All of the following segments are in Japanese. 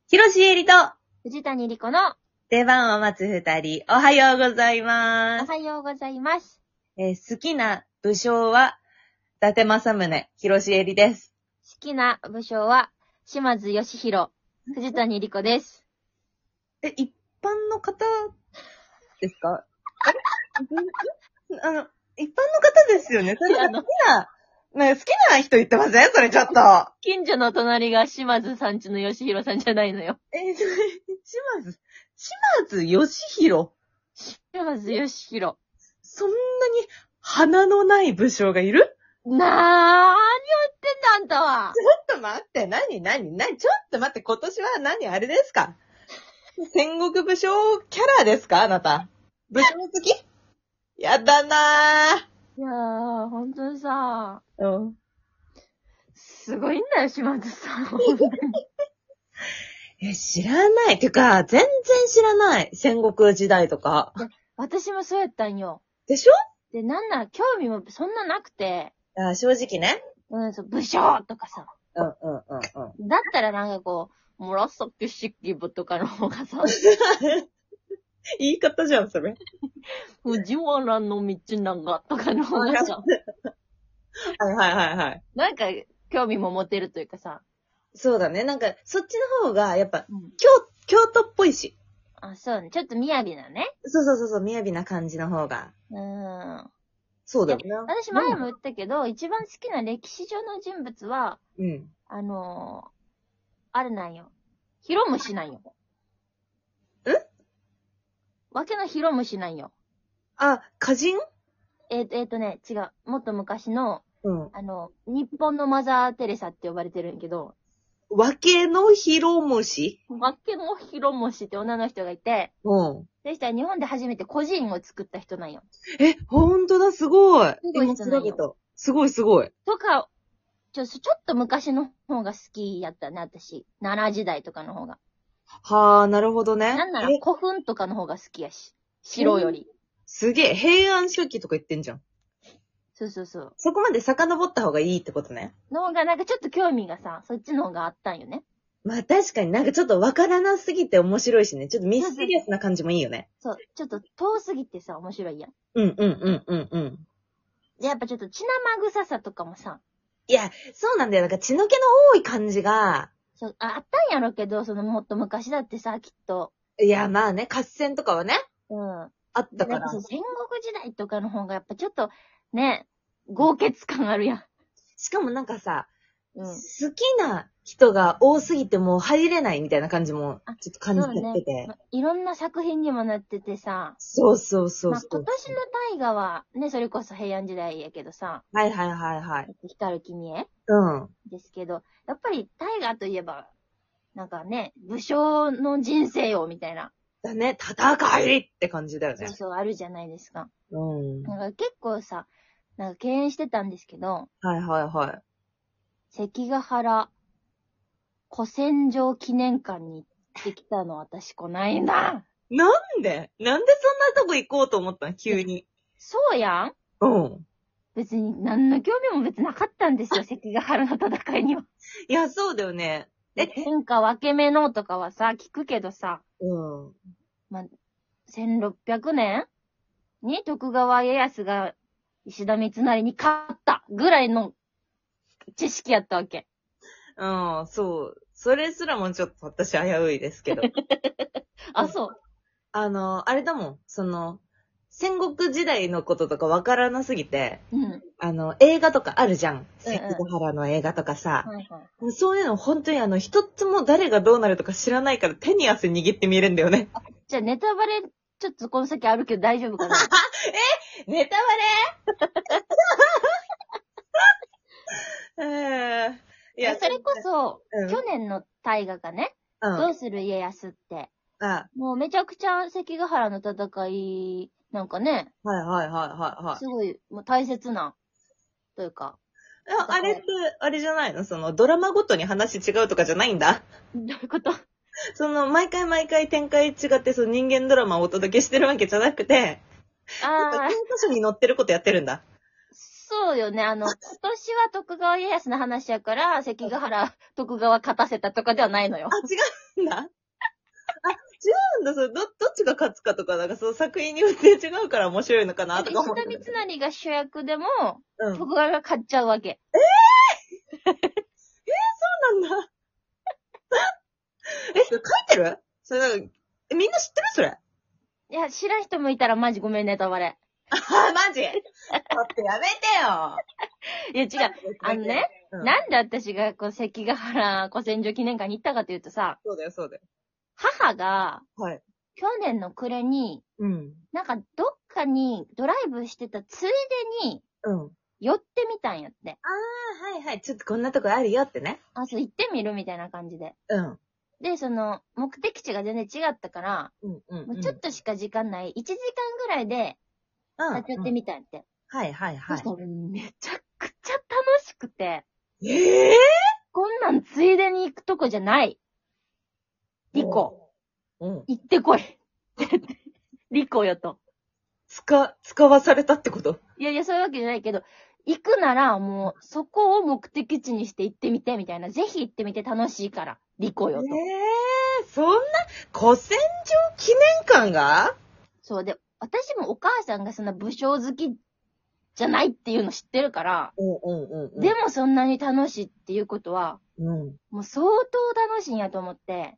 広しえりと、 藤谷莉子の出番を待つ二人、おはようございます。 おはようございます。 好きな武将は、伊達政宗、広しえりです。 好きな武将は島津義弘、藤谷莉子です。 一般の方ですか？一般の方ですよね。それ好きな人言ってません？それちょっと。 近所の隣が島津さんちの義弘さんじゃないのよ。 島津義弘。 島津義弘。 そんなに花のない武将がいる？ なーに言ってんだあんたは。 ちょっと待って、何ちょっと待って、今年はあれですか？戦国武将キャラですかあなた。武将好き？やだなぁ。 いやー、ほんとにさ、 うん。 すごいんだよ、島津さん。ほんとに。 知らない。てか、全然知らない。戦国時代とか。 私もそうやったんよ。 でしょ？ で、なんなら興味もそんななくて。 正直ね。 そう、武将とかさ。 うん。 だったらなんかこう、紫式部とかの方がさ、 言い方じゃん、それ。 藤原の道長とかの方がさ、 はい。 なんか興味も持てるというかさ。 そうだね。なんか、そっちの方が、やっぱ、 うん、 京都っぽいし。 あ、そうね。ちょっと雅なね。 そう、雅な感じの方が。そうだよね。 私前も言ったけど、一番好きな歴史上の人物は、 うん。 あれなんよ。広虫なんよ。わけの広虫なんよ。 歌人？ 違う。もっと昔の、 うん。 日本のマザー・テレサって呼ばれてるんやけど、 わけの広虫？ わけの広虫って女の人がいて、 うん。 そしたら日本で初めて個人を作った人なんよ。 ほんとだ、すごい。 すごい人なんよ。 すごい。 とか、ちょっと昔の方が好きやったね、私。奈良時代とかの方が。 はあ、なるほどね。 なんなら古墳とかの方が好きやし。城より。 すげえ、平安初期とか言ってんじゃん。 そう。 そこまで遡った方がいいってことね。 の方がなんかちょっと興味がさ、そっちの方があったんよね。 まあ確かになんかちょっとわからなすぎて面白いしね。ちょっとミステリアスな感じもいいよね。 そう、ちょっと遠すぎてさ、面白いやん。 うん。 で、やっぱちょっと血生臭さとかもさ。 いや、そうなんだよ。なんか血の気の多い感じが。 そう、あったんやろけど、もっと昔だってさ、きっと。 いや、まあね、合戦とかはね。 うん。 あったから。 戦国時代とかの方がやっぱちょっと、ね、豪傑感あるやん。 しかもなんかさ、 うん、 好きな人が多すぎてもう入れないみたいな感じもちょっと感じちゃってて。 いろんな作品にもなっててさ。 そう。 今年の大河はね、それこそ平安時代やけどさ。 はい。 光る君へ。 うん。 ですけど、やっぱり大河といえば、なんかね、武将の人生よ、みたいな。 だね、戦いって感じだよね。 そう、あるじゃないですか。 うん。 なんか結構さ、なんか敬遠してたんですけど。 はい。 関ヶ原古戦場記念館に行ってきたの、私、こないだ。 なんでそんなとこ行こうと思ったの急に。 そうやん？ うん。 別に、何の興味も別になかったんですよ、関ヶ原の戦いには。 いや、そうだよね。 天下分け目のとかはさ、聞くけどさ。 うん。 まあ、1600年に徳川家康が石田三成に勝ったぐらいの知識やったわけ。 うん、そう。それすらもちょっと私危ういですけど。 あ、そう。 あれだもん。戦国時代のこととかわからなすぎて、 うん。 映画とかあるじゃん。関ヶ原の映画とかさ。 はい。 そういうの本当に一つも誰がどうなるとか知らないから手に汗握って見れるんだよね。 じゃあネタバレ、ちょっとこの先あるけど大丈夫かな？ ネタバレいや、それこそ、 うん、 去年の大河がね、どうする家康って、もうめちゃくちゃ関ヶ原の戦い、なんかね、 はい。 すごい、もう大切な、というか。 あれって、あれじゃないの？ドラマごとに話違うとかじゃないんだ。 どういうこと？ 毎回展開違って、人間ドラマをお届けしてるわけじゃなくて、教科書に載ってることやってるんだ。 そうよね。今年は徳川家康の話やから、関ヶ原、徳川勝たせたとかではないのよ。 違う。 な。あ、違うんだ、それ、どっちが勝つかとか、なんかその作品によって違うから面白いのかなとか思って。 石田三成が主役でも、 うん。そう徳川が勝っちゃうわけ。 なんだ。それ書いてるそれなんか、みんな知ってるそれ。 いや、知らん人もいたらマジごめんネタバレ。 あ、マジちょっとやめてよ。 いや違う。あのね、 うん、 なんで私がこう関ヶ原古戦場記念館に行ったかというとさ、 そうだよ、そうだよ。 母がはい。 去年の暮れに、 うん。 なんかどっかにドライブしてたついでにうん。 寄ってみたんやって。 はいはい。ちょっとこんなとこあるよってね。 あ、そう行ってみるみたいな感じで。 うん。 で、その、目的地が全然違ったから、 うんうん、 もうちょっとしか時間ない、1時間ぐらいで立ち寄ってみたんやって。 はいはいはい。 そしたらめちゃくちゃ楽しくて、 ええこんなんついでに行くとこじゃない。リコ、 うん。 行ってこい。リコよと。 使わされたってこと？ いやいや、そういうわけじゃないけど、行くならもう、そこを目的地にして行ってみて、みたいな。ぜひ行ってみて楽しいから、リコよと。 そんな、古戦場記念館が？ そうで、私もお母さんがそんな武将好きじゃないっていうの知ってるから、 うん。 でもそんなに楽しいっていうことは、 うん。 もう相当楽しいんやと思って、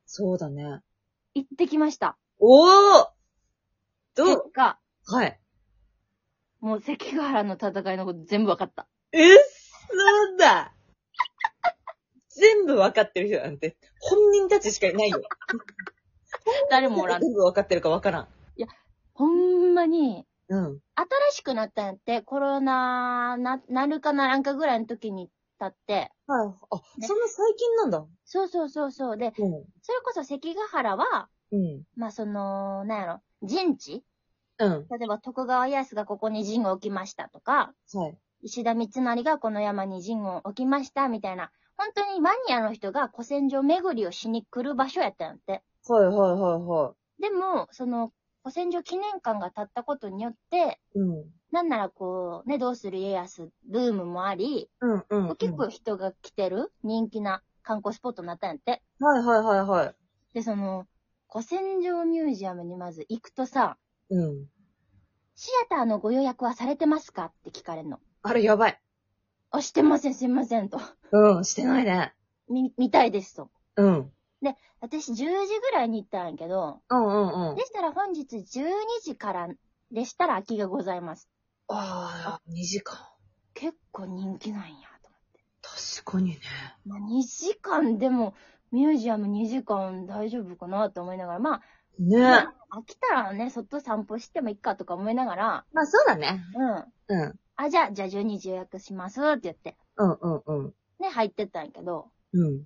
そうだね。 行ってきました。 おー結果、 はい。 もう関ヶ原の戦いのこと全部わかった。 そうだ。全部わかってる人なんて、本人たちしかいないよ。 誰もおらん。 全部わかってるかわからん。 ほんまに、 うん。 新しくなったんやって、コロナなるかならんかぐらいの時に経って、 はい。あ、 ねそんな最近なんだ。 そう。で、 うん。 それこそ関ヶ原は、 うん。 まあその、なんやろ、陣地うん。 例えば徳川家康がここに陣を置きましたとか、 はい。 石田三成がこの山に陣を置きましたみたいな、本当にマニアの人が古戦場巡りをしに来る場所やったんやって。 はでも、その、古戦場記念館が建ったことによって、 い。うん。 なんならこう、ね、どうする家康ブームもあり、 うん。 結構人が来てる人気な観光スポットになったんやって。 はい。 で、その、古戦場ミュージアムにまず行くとさ、 うん。 シアターのご予約はされてますかって聞かれるの。 あれやばい。 あ、してません、すいませんと。 うん、してないね。 見たいですと。 うん。 私10時ぐらいに行ったんやけど、 うん。 でしたら本日12時からでしたら空きがございます。 ああ、2時間。 結構人気なんやと思って。 確かにね。 まあ、2時間でもミュージアム2時間大丈夫かなと思いながら、まあ、 ね飽きたらね、外散歩してもいいかとか思いながら、 まあそうだね。 うん。あ、じゃあ12時予約しますって言って、 うん。 ね、入ってったんやけど、 うん。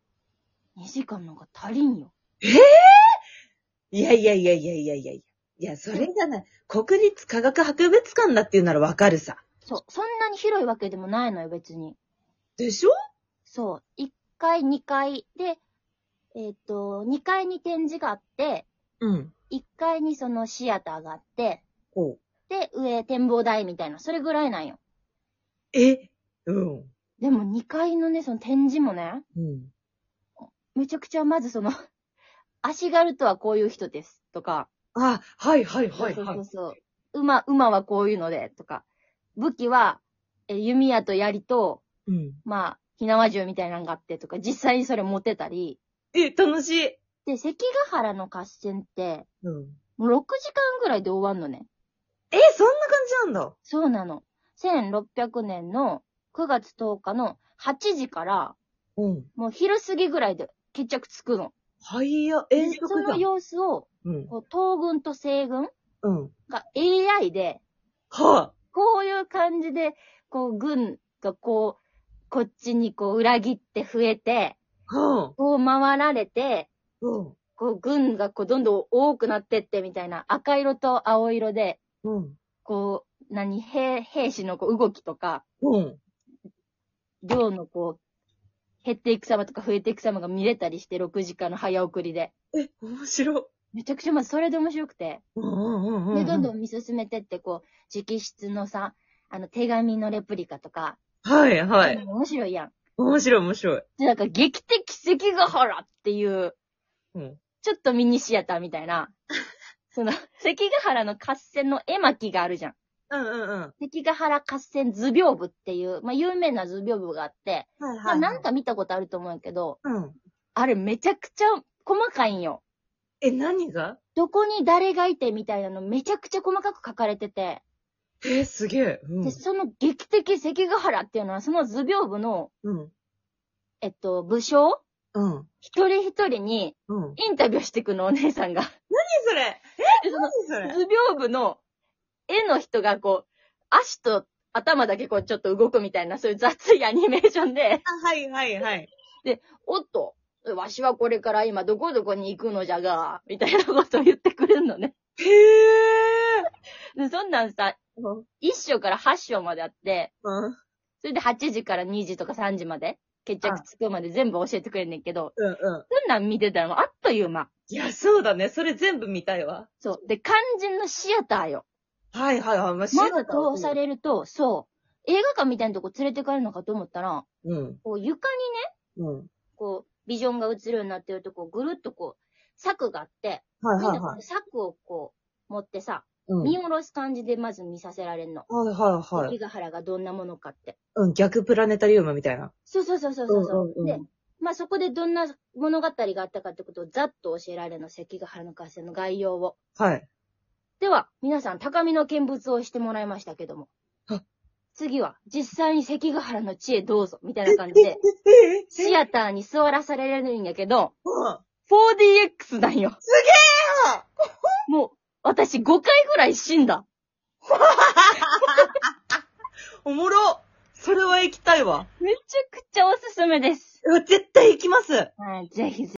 2時間なんか足りんよ。 いや。いや、それがね、国立科学博物館だっていうならわかるさ。 そう、そんなに広いわけでもないのよ、別に。 でしょ？ そう、1階、2階で、2階に展示があって、 うん。 1階にそのシアターがあって、 ほう。 で、上展望台みたいな、それぐらいなんよ。 うん。 でも2階のね、その展示もね、 うん。 めちゃくちゃまずその、足軽とはこういう人ですとか、 あ、はい。 そう。馬はこういうので、とか、武器は、弓矢と槍と、 うん。 まあ、火縄銃みたいなのがあってとか、実際にそれ持ってたり、 楽しい。 で、関ヶ原の合戦って、 うん。 もう6時間ぐらいで終わんのね。 そんな感じなんだ。 そうなの。1600年の9月10日の8時から、 うん。 もう昼過ぎぐらいで決着つくの。 はいや、 で遠足じゃん。 その様子を、 うん。 こう東軍と西軍うん。 が AI で、 はこういう感じで、こう軍がこっちにこう裏切って増えて、 はこう回られて、 うん。 こう軍がこうどんどん多くなってってみたいな赤色と青色で、 うん。 こう、兵士のこう動きとか、 うん。 量のこう、減っていく様とか増えていく様が見れたりして、6時間の早送りで。 面白い。 めちゃくちゃまずそれで面白くて。 うん。 で、どんどん見進めてって、こう、直筆のさ、手紙のレプリカとか。 はい。 面白いやん。 面白い。 で、なんか劇的関ヶ原っていううん。 ちょっとミニシアターみたいな、その、関ヶ原の合戦の絵巻があるじゃん。 うんうんうん。 関ヶ原合戦図屏風っていう、まあ、有名な図屏風があって、 はいまあ、なんか見たことあると思うんやけど、 うん。 あれめちゃくちゃ細かいんよ。 え、何が？ どこに誰がいてみたいなのめちゃくちゃ細かく書かれてて、 すげえ。うで、 ん。 その劇的関ヶ原っていうのは、その図屏風の、 うん。 武将うん。 一人一人にうん。 インタビューしてくの、お姉さんが。 何それ？ で、その何それ？ 図屏風の絵の人がこう、足と頭だけこうちょっと動くみたいな、そういう雑いアニメーションで、 あ、はいはいはい。 おっと、わしはこれから今どこどこに行くのじゃが、みたいなことを言ってくれるのね。 へえ。 で、そんなんさ、 うん。 1章から8章まであって、 うん。 それで8時から2時とか3時まで、決着つくまで全部教えてくれんねんけど、 うんうん。 そんなん見てたらもうあっという間。 いや、そうだね。それ全部見たいわ。 そう。で、肝心のシアターよ。 はいはいはい。 まず通されると、そう。映画館みたいなとこ連れてかれるのかと思ったら、 うん。 こう床にね、 うん。 こう、ビジョンが映るようになってるとこ、ぐるっとこう、柵があって、みんなこはいはいはの柵をこう、持ってさ、 い。うん。 見下ろす感じでまず見させられんの。 はいはいはい関。ヶ原がどんなものかって。 うん、逆プラネタリウムみたいな。 そうそうそうそうそう。 うんうんうんで、まあそこでどんな物語があったかってことをざっと教えられるの、関ヶ原の合戦の概要を。 はい。 では、皆さん高みの見物をしてもらいましたけども。 あ次は、実際に関ヶ原の地へどうぞ、みたいな感じで、シアターに座らされるんやけど、 うん。 4DX なんよ。 すげえよ。 もう、私5回ぐらい死んだ。 おもろ。それは行きたいわ。 めちゃくちゃおすすめです。 絶対行きます。 はい、ぜひぜひ。